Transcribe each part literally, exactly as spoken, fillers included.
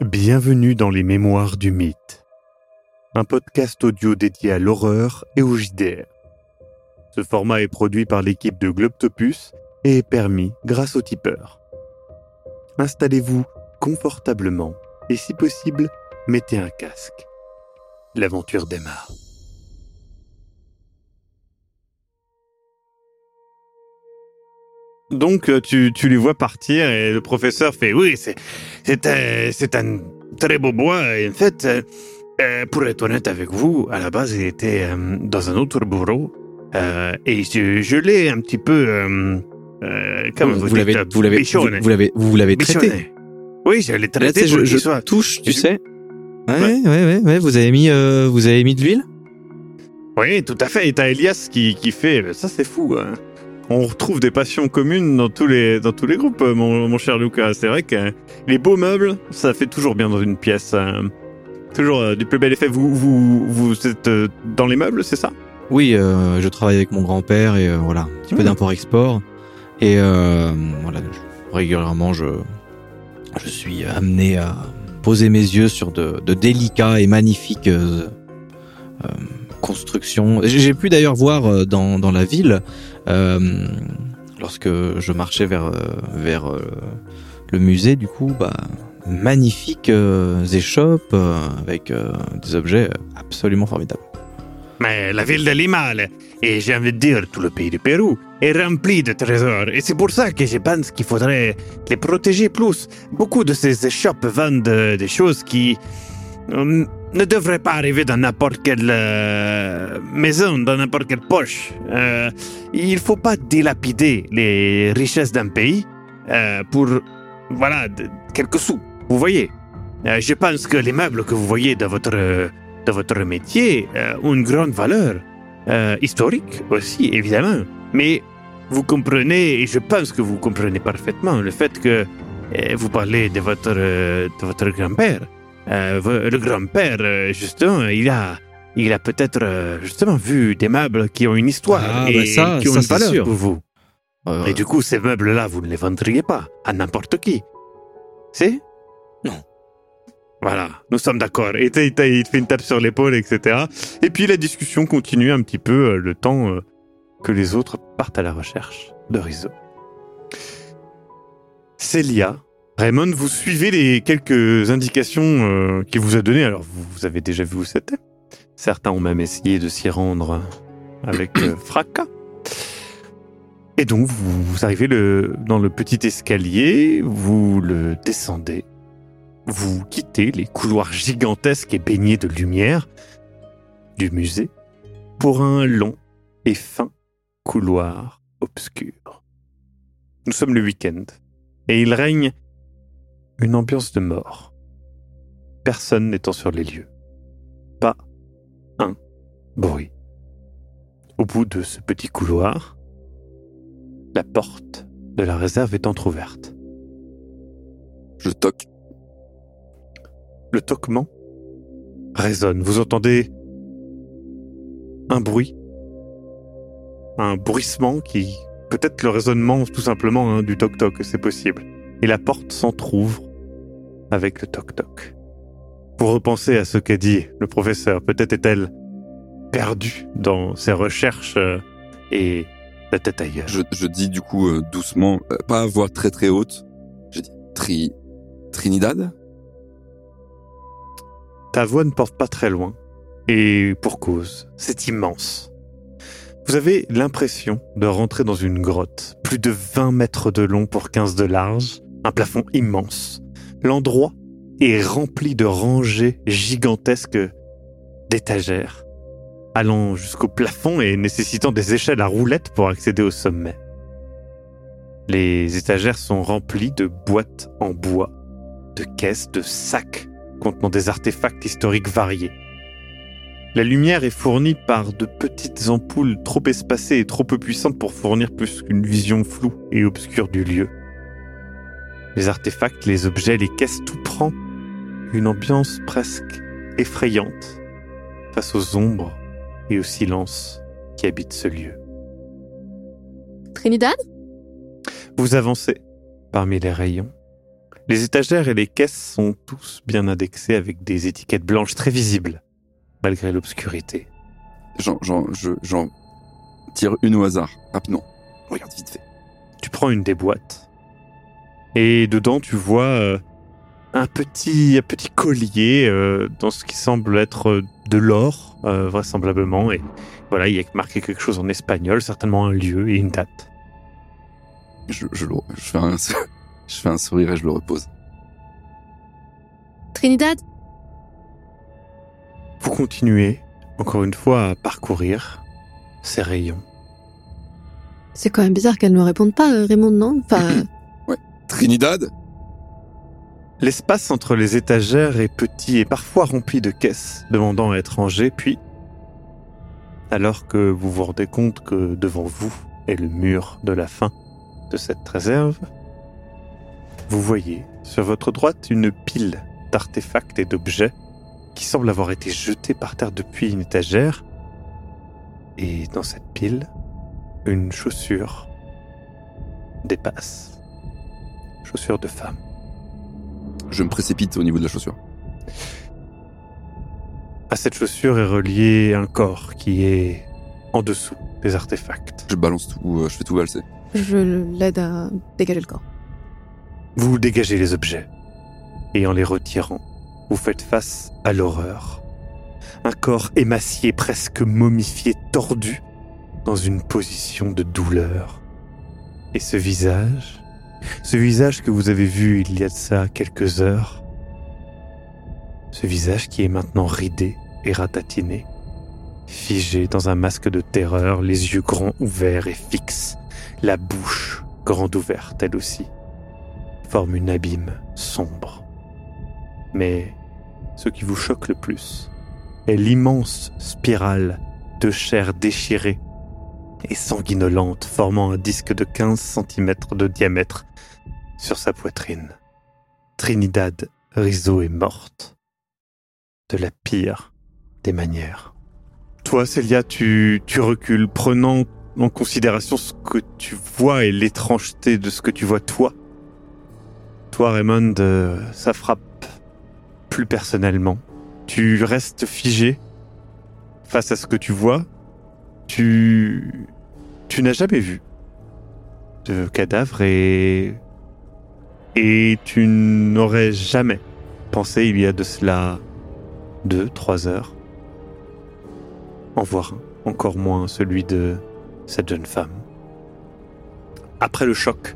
Bienvenue dans les Mémoires du Mythe, un podcast audio dédié à l'horreur et au J D R. Ce format est produit par l'équipe de Globtopus et est permis grâce au tipeur. Installez-vous confortablement et si possible, mettez un casque. L'aventure démarre. Donc tu, tu les vois partir et le professeur fait « Oui, c'est, c'est, un, c'est un très beau bois. Et en fait, euh, pour être honnête avec vous, à la base, il était euh, dans un autre bureau euh, et je, je l'ai un petit peu... Euh, euh, comme vous, vous, dites, l'avez, euh, vous, l'avez, vous, vous l'avez, vous l'avez traité. Bichonné. Oui, je l'ai traité. Là, je, je soit... touche, tu je... sais. Ouais, ouais, ouais, ouais, ouais. Vous avez mis, euh, vous avez mis de l'huile. Oui, tout à fait. Et t'as Elias qui, qui fait... Ça, c'est fou, hein. On retrouve des passions communes dans tous les, dans tous les groupes, mon, mon cher Lucas. C'est vrai que les beaux meubles, ça fait toujours bien dans une pièce. Euh, toujours euh, du plus bel effet. Vous, vous, vous êtes euh, dans les meubles, c'est ça ? Oui, euh, je travaille avec mon grand-père et euh, voilà, un petit mmh. peu d'import-export. Et euh, voilà, je, régulièrement, je, je suis amené à poser mes yeux sur de, de délicats et magnifiques euh, euh, constructions. J'ai, j'ai pu d'ailleurs voir euh, dans, dans la ville... Euh, lorsque je marchais vers euh, vers euh, le musée, du coup, bah magnifiques euh, échoppes euh, avec euh, des objets absolument formidables. Mais la ville de Lima, et j'ai envie de dire tout le pays du Pérou, est rempli de trésors. Et c'est pour ça que je pense qu'il faudrait les protéger plus. Beaucoup de ces échoppes vendent euh, des choses qui euh, ne devraient pas arriver dans n'importe quelle euh, maison, dans n'importe quelle poche. Euh, il ne faut pas dilapider les richesses d'un pays euh, pour, voilà, de, quelques sous. Vous voyez, euh, je pense que les meubles que vous voyez dans votre, euh, dans votre métier euh, ont une grande valeur euh, historique aussi, évidemment. Mais vous comprenez, et je pense que vous comprenez parfaitement, le fait que euh, vous parlez de votre, euh, de votre grand-père. Euh, le grand-père, euh, justement, il a, il a peut-être euh, justement vu des meubles qui ont une histoire ah, et bah ça, qui ont ça, une valeur sûr. pour vous. Euh... Et du coup, ces meubles-là, vous ne les vendriez pas à n'importe qui. C'est ? Non. Voilà, nous sommes d'accord. Et il te fait une tape sur l'épaule, et cetera. Et puis la discussion continue un petit peu euh, le temps euh, que les autres partent à la recherche de Rizzo. Célia, Raymond, vous suivez les quelques indications euh, qu'il vous a données. Alors, vous, vous avez déjà vu où c'était. Certains ont même essayé de s'y rendre avec euh, fracas. Et donc, vous, vous arrivez le, dans le petit escalier, vous le descendez. Vous quittez les couloirs gigantesques et baignés de lumière du musée pour un long et fin couloir obscur. Nous sommes le week-end et il règne une ambiance de mort. Personne n'étant sur les lieux. Pas un bruit. Au bout de ce petit couloir, la porte de la réserve est entr'ouverte. Je toque. Le toquement résonne. Vous entendez un bruit, un bruissement qui... Peut-être le résonnement tout simplement hein, du toc-toc, c'est possible. Et la porte s'entr'ouvre avec le toc-toc. Vous repensez à ce qu'a dit le professeur. Peut-être est-elle perdue dans ses recherches euh, et la tête ailleurs. Je, je dis du coup euh, doucement, euh, pas à voix très très haute, je dis Tri... Trinidad ? Ta voix ne porte pas très loin. Et pour cause, c'est immense. Vous avez l'impression de rentrer dans une grotte, plus de vingt mètres de long pour quinze de large, un plafond immense. L'endroit est rempli de rangées gigantesques d'étagères, allant jusqu'au plafond et nécessitant des échelles à roulettes pour accéder au sommet. Les étagères sont remplies de boîtes en bois, de caisses, de sacs contenant des artefacts historiques variés. La lumière est fournie par de petites ampoules trop espacées et trop peu puissantes pour fournir plus qu'une vision floue et obscure du lieu. Les artefacts, les objets, les caisses, tout prend une ambiance presque effrayante face aux ombres et au silence qui habitent ce lieu. Trinidad ? Vous avancez parmi les rayons Les étagères et les caisses sont tous bien indexés avec des étiquettes blanches très visibles, malgré l'obscurité. J'en, j'en, je, j'en tire une au hasard. Ah non, regarde vite fait. Tu prends une des boîtes, et dedans tu vois euh, un, petit, un petit collier euh, dans ce qui semble être de l'or, euh, vraisemblablement, et voilà, il y a marqué quelque chose en espagnol, certainement un lieu et une date. Je, je, le, je, fais un, je fais un sourire et je le repose. Trinidad ? Vous continuez, encore une fois, à parcourir ces rayons. C'est quand même bizarre qu'elle ne réponde pas, euh, Raymond, non ? Enfin... ouais. Trinidad ? L'espace entre les étagères est petit et parfois rempli de caisses demandant à être rangées, puis, alors que vous vous rendez compte que devant vous est le mur de la fin de cette réserve, vous voyez sur votre droite une pile d'artefacts et d'objets qui semblent avoir été jetés par terre depuis une étagère, et dans cette pile, une chaussure dépasse. Chaussure de femme. Je me précipite au niveau de la chaussure. À cette chaussure est relié un corps qui est en dessous des artefacts. Je balance tout, euh, je fais tout valser. Je l'aide à dégager le corps. Vous dégagez les objets, et en les retirant, vous faites face à l'horreur. Un corps émacié, presque momifié, tordu, dans une position de douleur. Et ce visage, ce visage que vous avez vu il y a de ça quelques heures, ce visage qui est maintenant ridé et ratatiné, figé dans un masque de terreur, les yeux grands ouverts et fixes, la bouche grande ouverte elle aussi, forme une abîme sombre. Mais ce qui vous choque le plus est l'immense spirale de chair déchirée et sanguinolente formant un disque de quinze centimètres de diamètre sur sa poitrine. Trinidad Rizzo est morte. De la pire des manières. Toi, Célia, tu, tu recules, prenant en considération ce que tu vois et l'étrangeté de ce que tu vois toi. Toi, Raymond, euh, ça frappe plus personnellement. Tu restes figé face à ce que tu vois. Tu, tu n'as jamais vu de cadavre et, et tu n'aurais jamais pensé, il y a de cela deux, trois heures, en voir un, encore moins celui de cette jeune femme. Après le choc,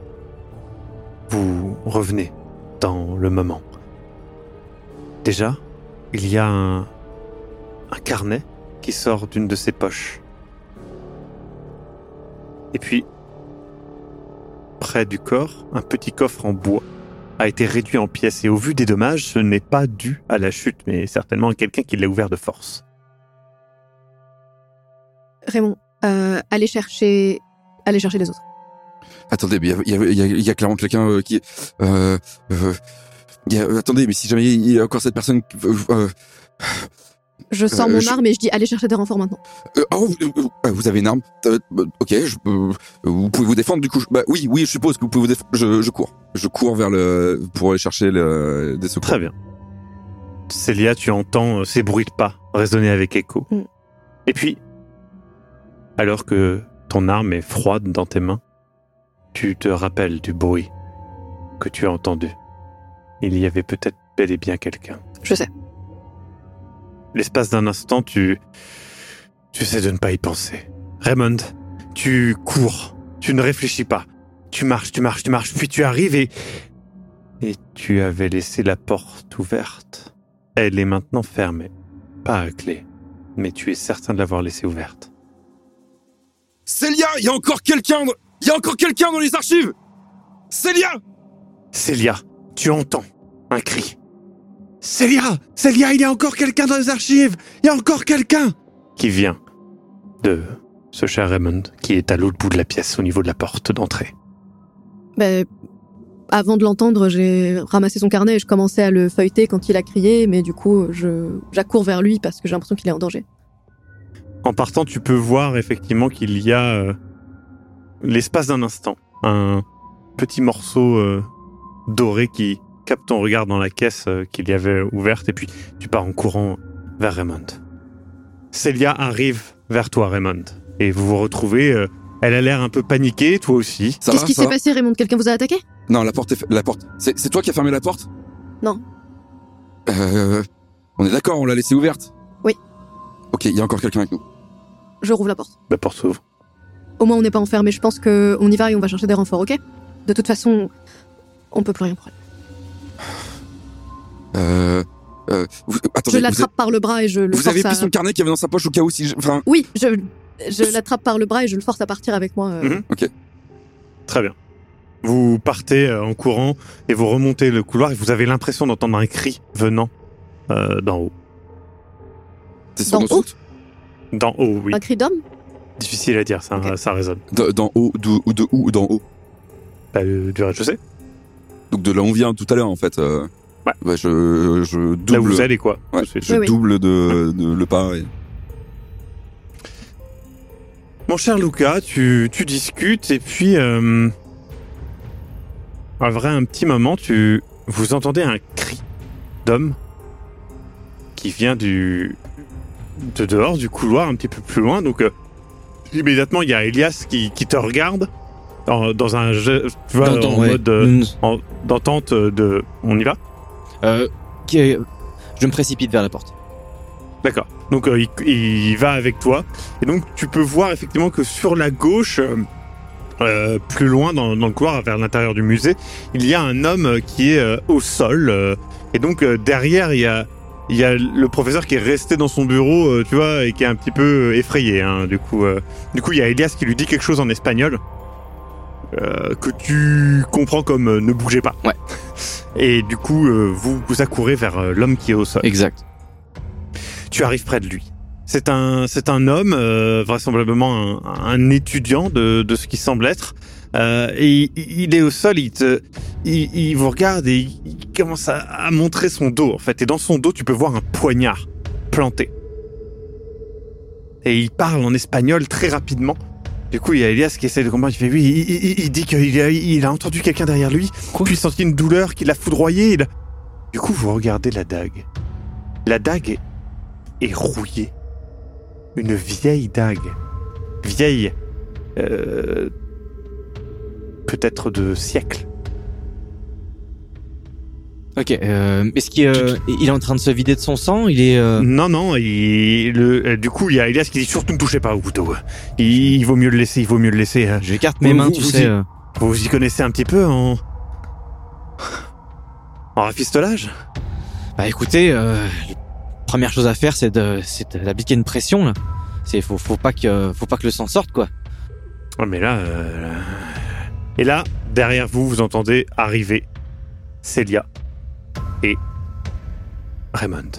vous revenez dans le moment. Déjà, il y a un, un carnet qui sort d'une de ses poches. Et puis, près du corps, un petit coffre en bois a été réduit en pièces. Et au vu des dommages, ce n'est pas dû à la chute, mais certainement à quelqu'un qui l'a ouvert de force. Raymond, euh, allez chercher... allez chercher les autres. Attendez, mais il y a, y, a, y, a, y a clairement quelqu'un euh, qui... Euh, euh, y a, euh, attendez, mais si jamais il y a encore cette personne... Euh, euh, je sors euh, mon je... arme et je dis allez chercher des renforts maintenant. Euh, oh, vous, euh, vous avez une arme euh, ok, je, euh, vous pouvez vous défendre du coup. Bah oui, oui, je suppose que vous pouvez vous défendre. Je, je cours. Je cours vers le... pour aller chercher le, des secours. Très bien. Célia, tu entends ces bruits de pas résonner avec écho. Mm. Et puis, alors que ton arme est froide dans tes mains, tu te rappelles du bruit que tu as entendu. Il y avait peut-être bel et bien quelqu'un. Je sais. L'espace d'un instant, tu... tu sais de ne pas y penser. Raymond, tu cours. Tu ne réfléchis pas. Tu marches, tu marches, tu marches, puis tu arrives et... Et tu avais laissé la porte ouverte. Elle est maintenant fermée. Pas à clé, mais tu es certain de l'avoir laissée ouverte. Célia, il y a encore quelqu'un dans... Il y a encore quelqu'un dans les archives. Célia Célia, tu entends un cri. Célia, Célia, il y a encore quelqu'un dans les archives. Il y a encore quelqu'un qui vient de ce cher Raymond qui est à l'autre bout de la pièce au niveau de la porte d'entrée. Ben, avant de l'entendre, j'ai ramassé son carnet et je commençais à le feuilleter quand il a crié, mais du coup, je j'accours vers lui parce que j'ai l'impression qu'il est en danger. En partant, tu peux voir effectivement qu'il y a, euh, l'espace d'un instant, un petit morceau euh, dorée qui capte ton regard dans la caisse euh, qu'il y avait ouverte et puis tu pars en courant vers Raymond. Célia arrive vers toi, Raymond, et vous vous retrouvez. Euh, elle a l'air un peu paniquée, toi aussi. Ça Qu'est-ce va, qui ça s'est va passé, Raymond? Quelqu'un vous a attaqué? Non, la porte est... fa- La porte... C'est, c'est toi qui as fermé la porte? Non. Euh... On est d'accord, on l'a laissée ouverte? Oui. Ok, il y a encore quelqu'un avec nous. Je rouvre la porte. La porte s'ouvre. Au moins, on n'est pas enfermé. Je pense qu'on y va et on va chercher des renforts, ok? De toute façon, on peut plus rien prendre. Euh... euh vous... Attendez, Je l'attrape vous, par le bras et je le avez... vous force avez à... pris son carnet qu'il y avait dans sa poche au cas où si... Je... Enfin... Oui, je, je l'attrape par le bras et je le force à partir avec moi. euh. Mhm. Ok. Très bien. Vous partez euh, en courant et vous remontez le couloir et vous avez l'impression d'entendre un cri venant euh, d'en haut. C'est sur D'en notre haut route? D'en haut, oui. Un cri d'homme? Difficile à dire, ça, Ok. ça résonne. De- D'en haut, d'où ou de où ou d'en haut? Bah, euh, du rez-de-chaussée. Donc de là où on vient tout à l'heure en fait. Euh... Ouais. Bah, je, je double... Là où vous allez, quoi. Ouais, tout de suite. je Oui, oui. double de, de le pas. Et... Mon cher Luca, tu, tu discutes et puis, euh, en vrai, un petit moment, tu, vous entendez un cri d'homme qui vient du, de dehors, du couloir, un petit peu plus loin. Donc, euh, immédiatement, il y a Elias qui, qui te regarde dans, dans un jeu, tu vois, Dans- dans- en ouais. mode euh, Nous- en- d'entente de, on y va. Euh, qui est- je me précipite vers la porte. D'accord. Donc euh, il, il va avec toi. Et donc tu peux voir effectivement que sur la gauche, euh, euh, plus loin dans, dans le couloir, vers l'intérieur du musée, il y a un homme euh, qui est euh, au sol. euh, et donc euh, derrière, il y a, il y a le professeur qui est resté dans son bureau, euh, tu vois, et qui est un petit peu effrayé. Hein, du coup, euh, du coup, il y a Elias qui lui dit quelque chose en espagnol. Euh, que tu comprends comme euh, ne bougez pas. Ouais. Et du coup, euh, vous vous accourez vers euh, l'homme qui est au sol. Exact. Tu arrives près de lui. C'est un, c'est un homme, euh, vraisemblablement un, un étudiant de, de ce qui semble être. Euh, et il, il est au sol, il te, il, il vous regarde et il, il commence à, à montrer son dos, en fait. Et dans son dos, tu peux voir un poignard planté. Et il parle en espagnol très rapidement. Du coup, il y a Elias qui essaie de comprendre. Il fait oui, il, il, il dit qu'il a, il a entendu quelqu'un derrière lui. Quoi Puis il sentit une douleur qui l'a foudroyé. Il a... Du coup, vous regardez la dague. La dague est est rouillée. Une vieille dague. Vieille. Euh, peut-être de siècles. Ok. Euh, est-ce qu'il euh, il est en train de se vider de son sang? Il est. Euh... Non, non, il, le, euh, du coup, il y a Elias qui dit surtout ne touchez pas au couteau. Il, il vaut mieux le laisser, il vaut mieux le laisser. hein. J'écarte mes Vous- mains, vous- tu vous sais. y- euh. Vous vous y connaissez un petit peu en... En rafistolage? Bah écoutez, euh, première chose à faire, c'est de, c'est de d'appliquer une pression là. C'est faut, faut pas que, faut pas que le sang sorte quoi. Ouais, mais là... euh, Et là, derrière vous, vous entendez arriver Célia et Raymond.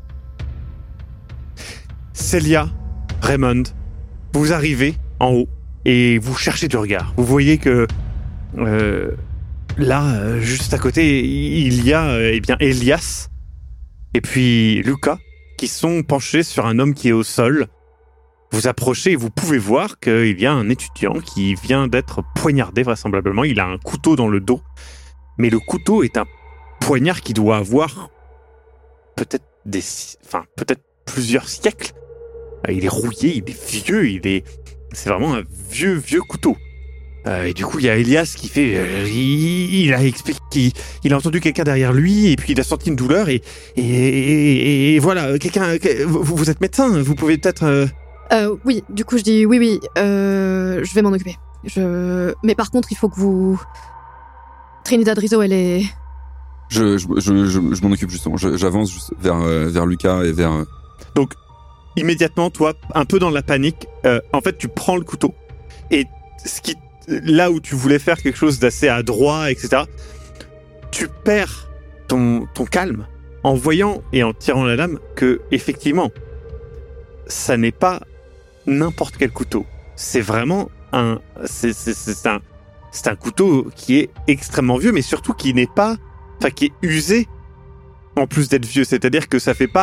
Célia, Raymond, vous arrivez en haut et vous cherchez du regard. Vous voyez que euh, là, euh, juste à côté, il y a euh, eh bien Elias et puis Luca qui sont penchés sur un homme qui est au sol. Vous approchez et vous pouvez voir qu'il y a un étudiant qui vient d'être poignardé vraisemblablement. Il a un couteau dans le dos, mais le couteau est un poignard qui doit avoir peut-être des, enfin peut-être plusieurs siècles. Il est rouillé, il est vieux, il est, c'est vraiment un vieux vieux couteau. Euh, et du coup, il y a Elias qui fait, euh, il, il a expliqué qu'il il a entendu quelqu'un derrière lui et puis il a senti une douleur et et, et, et voilà, quelqu'un, vous, vous êtes médecin, vous pouvez peut-être. Euh... Euh, oui, du coup, je dis oui, oui, euh, je vais m'en occuper. Je... Mais par contre, il faut que vous... Trinidad Rizzo, elle est... Je, je, je, je, je m'en occupe justement. Je- J'avance juste vers, euh, vers Lucas et vers... euh, Donc, immédiatement, toi, un peu dans la panique, euh, en fait, tu prends le couteau et ce qui, là où tu voulais faire quelque chose d'assez adroit, et cetera, tu perds ton, ton calme en voyant et en tirant la lame que, effectivement, ça n'est pas n'importe quel couteau. C'est vraiment un, c'est, c'est, c'est un, c'est un couteau qui est extrêmement vieux, mais surtout qui n'est pas, enfin, qui est usé en plus d'être vieux. C'est-à-dire que ça fait pas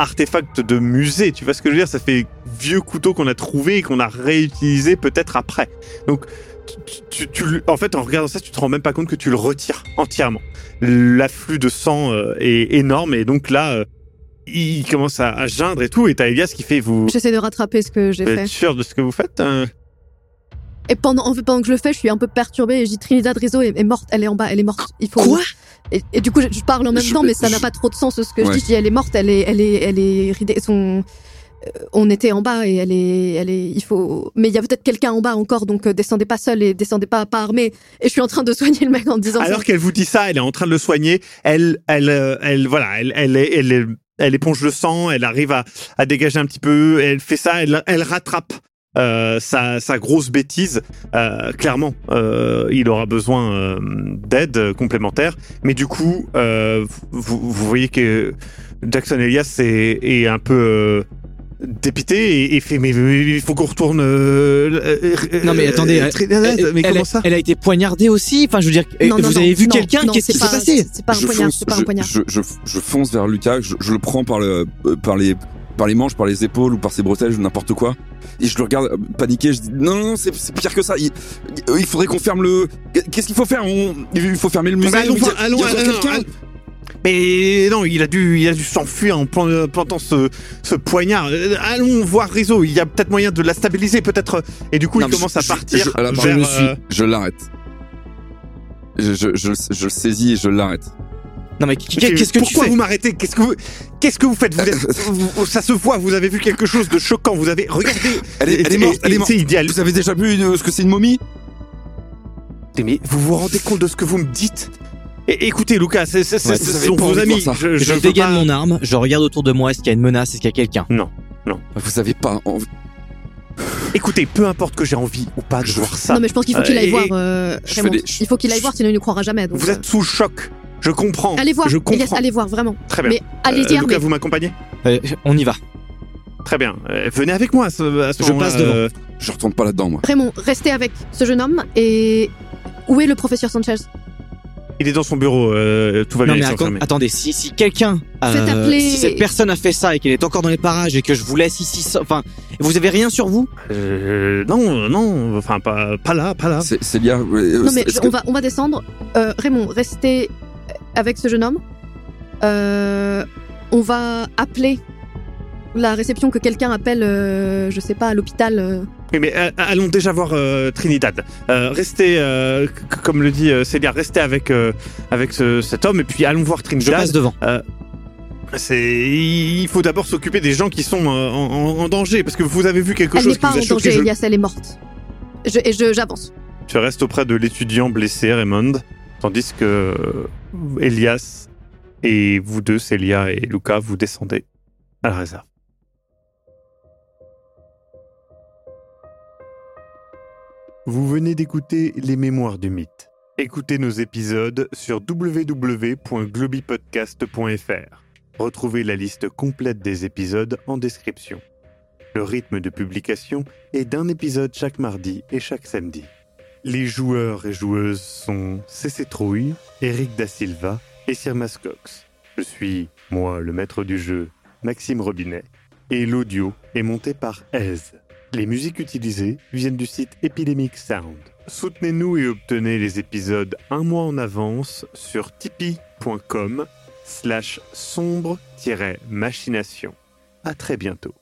artefact de musée. Tu vois ce que je veux dire? Ça fait vieux couteau qu'on a trouvé et qu'on a réutilisé peut-être après. Donc, tu, tu, tu, en fait, en regardant ça, tu te rends même pas compte que tu le retires entièrement. L'afflux de sang euh, est énorme et donc là, euh, il commence à, à geindre et tout. Et t'as Elias qui fait vous. J'essaie de rattraper ce que j'ai Vous fait. êtes sûr de ce que vous faites hein? Et pendant, en fait, pendant que je le fais, je suis un peu perturbée et je dis Trinidad Rizzo est, est morte, elle est en bas, elle est morte. Il faut. Quoi? et, et du coup, je, je parle en même Je- temps, mais ça je- n'a pas trop de sens ce que Ouais. je dis. Je dis elle est morte, elle est, elle est, elle est ridée. Son, euh, on était en bas et elle est, elle est. Il faut. Mais il y a peut-être quelqu'un en bas encore, donc euh, descendez pas seul et descendez pas pas armé. Et je suis en train de soigner le mec en disant. Alors ça. qu'elle vous dit ça, elle est en train de le soigner. Elle, elle, euh, elle, voilà, elle, elle, est- elle, est- elle éponge le sang. Elle arrive à, à dégager un petit peu. Elle fait ça. Elle, elle rattrape euh, sa, sa grosse bêtise. Euh, clairement, euh, il aura besoin euh, d'aide complémentaire. Mais du coup, euh, vous, vous voyez que Jackson Elias est, est un peu euh, dépité et, et fait mais, mais il faut qu'on retourne. euh, euh, Non mais attendez, euh, elle, Trinidad, elle- mais elle- comment ça? elle a été poignardée aussi. Enfin, je veux dire, Non, non, vous non, avez vu non, quelqu'un? non, Qu'est-ce qui c'est s'est pas- passé? C'est pas un je poignard, fonce, c'est pas je, un poignard. Je, je, je fonce vers Lucas, je, je le prends par le, euh, par les, par les manches, par les épaules ou par ses bretelles, n'importe quoi. Et je le regarde euh, paniqué, je dis non, non, non, c'est, c'est pire que ça. Il, il faudrait qu'on ferme le. Qu'est-ce qu'il faut faire? On, Il faut fermer le musée. Mais allons, Il y a- allons, il y a allons, quelqu'un. allons. Mais non, il a dû, il a dû s'enfuir en plan- plantant ce, ce poignard. Euh, Allons voir Rizzo. Il y a peut-être moyen de la stabiliser, peut-être. Et du coup, Non, il mais commence je- à je- partir je- à la vers. fin, je le suis. euh, Je l'arrête. Je, je, je, je le saisis et je l'arrête. Non mais qu'est- mais qu'est-ce que tu pourquoi fais? vous m'arrêtez? Qu'est-ce que vous, qu'est-ce que vous faites? Vous êtes, vous- ça se voit. Vous avez vu quelque chose de choquant. Vous avez regardé. Elle est, elle est Et- morte. et- Elle est et- morte. c'est idéal. Vous avez déjà vu une- ce que c'est une momie? Mais vous vous rendez compte de ce que vous me dites? Et, écoutez, Lucas, c'est, c'est, Ouais, c'est- vous ce avez sont pas vos envie de amis. voir ça. Je, Je, je veux dégaine pas- mon arme, je regarde autour de moi, est-ce qu'il y a une menace, est-ce qu'il y a quelqu'un? Vous avez pas envie. Écoutez, peu importe que j'ai envie ou pas de Je- voir ça. Non mais je pense qu'il faut qu'il Euh, aille et- voir. euh, je fais Raymond. des- Il faut qu'il aille voir, sinon il ne croira jamais. Donc, Vous êtes sous le choc. Je comprends. euh, allez voir. Je Elias, comprends. allez voir vraiment. Très bien. Mais allez-y Euh, armé. Lucas, vous m'accompagnez? Euh, on y va. Très bien. Euh, venez avec moi à ce, à ce Je moment-là, passe devant. euh, Je retourne pas là-dedans, moi. Raymond, restez avec ce jeune homme et où est le professeur Sanchez? il est dans son bureau. euh, tout va Non bien. mais il s'est attends- enfermé. attendez, si, si quelqu'un, Faites appeler- si cette personne a fait ça et qu'elle est encore dans les parages et que je vous laisse ici, sans- enfin, vous avez rien sur vous? Euh, non, non. Enfin, pas, pas là, pas là. C'est, Célia. euh, Non mais est-ce je- que- on va on va descendre. Euh, Raymond, restez avec ce jeune homme. Euh, on va appeler la réception, que quelqu'un appelle, euh, je sais pas, à l'hôpital. euh. Oui, mais euh, allons déjà voir euh, Trinidad. Euh, restez, euh, c- comme le dit euh, Célia, restez avec euh, avec ce- cet homme et puis allons voir Je Trinidad. passe devant. C'est, il faut d'abord s'occuper des gens qui sont euh, en, en- en danger parce que vous avez vu quelque Elle chose n'est qui pas vous a en choqué. danger, je- Elias, elle est morte. Je, et je j'avance. Tu restes auprès de l'étudiant blessé, Raymond, tandis que euh, Elias et vous deux, Célia et Lucas, vous descendez à la réserve. Vous venez d'écouter Les Mémoires du Mythe. Écoutez nos épisodes sur w w w point globipodcast point f r. Retrouvez la liste complète des épisodes en description. Le rythme de publication est d'un épisode chaque mardi et chaque samedi. Les joueurs et joueuses sont C C Trouille, Eric Da Silva et Sirmas Cox. Je suis, moi, le maître du jeu, Maxime Robinet, et l'audio est monté par Aise. Les musiques utilisées viennent du site Epidemic Sound. Soutenez-nous et obtenez les épisodes un mois en avance sur tipeee.com slash sombre-machination. À très bientôt.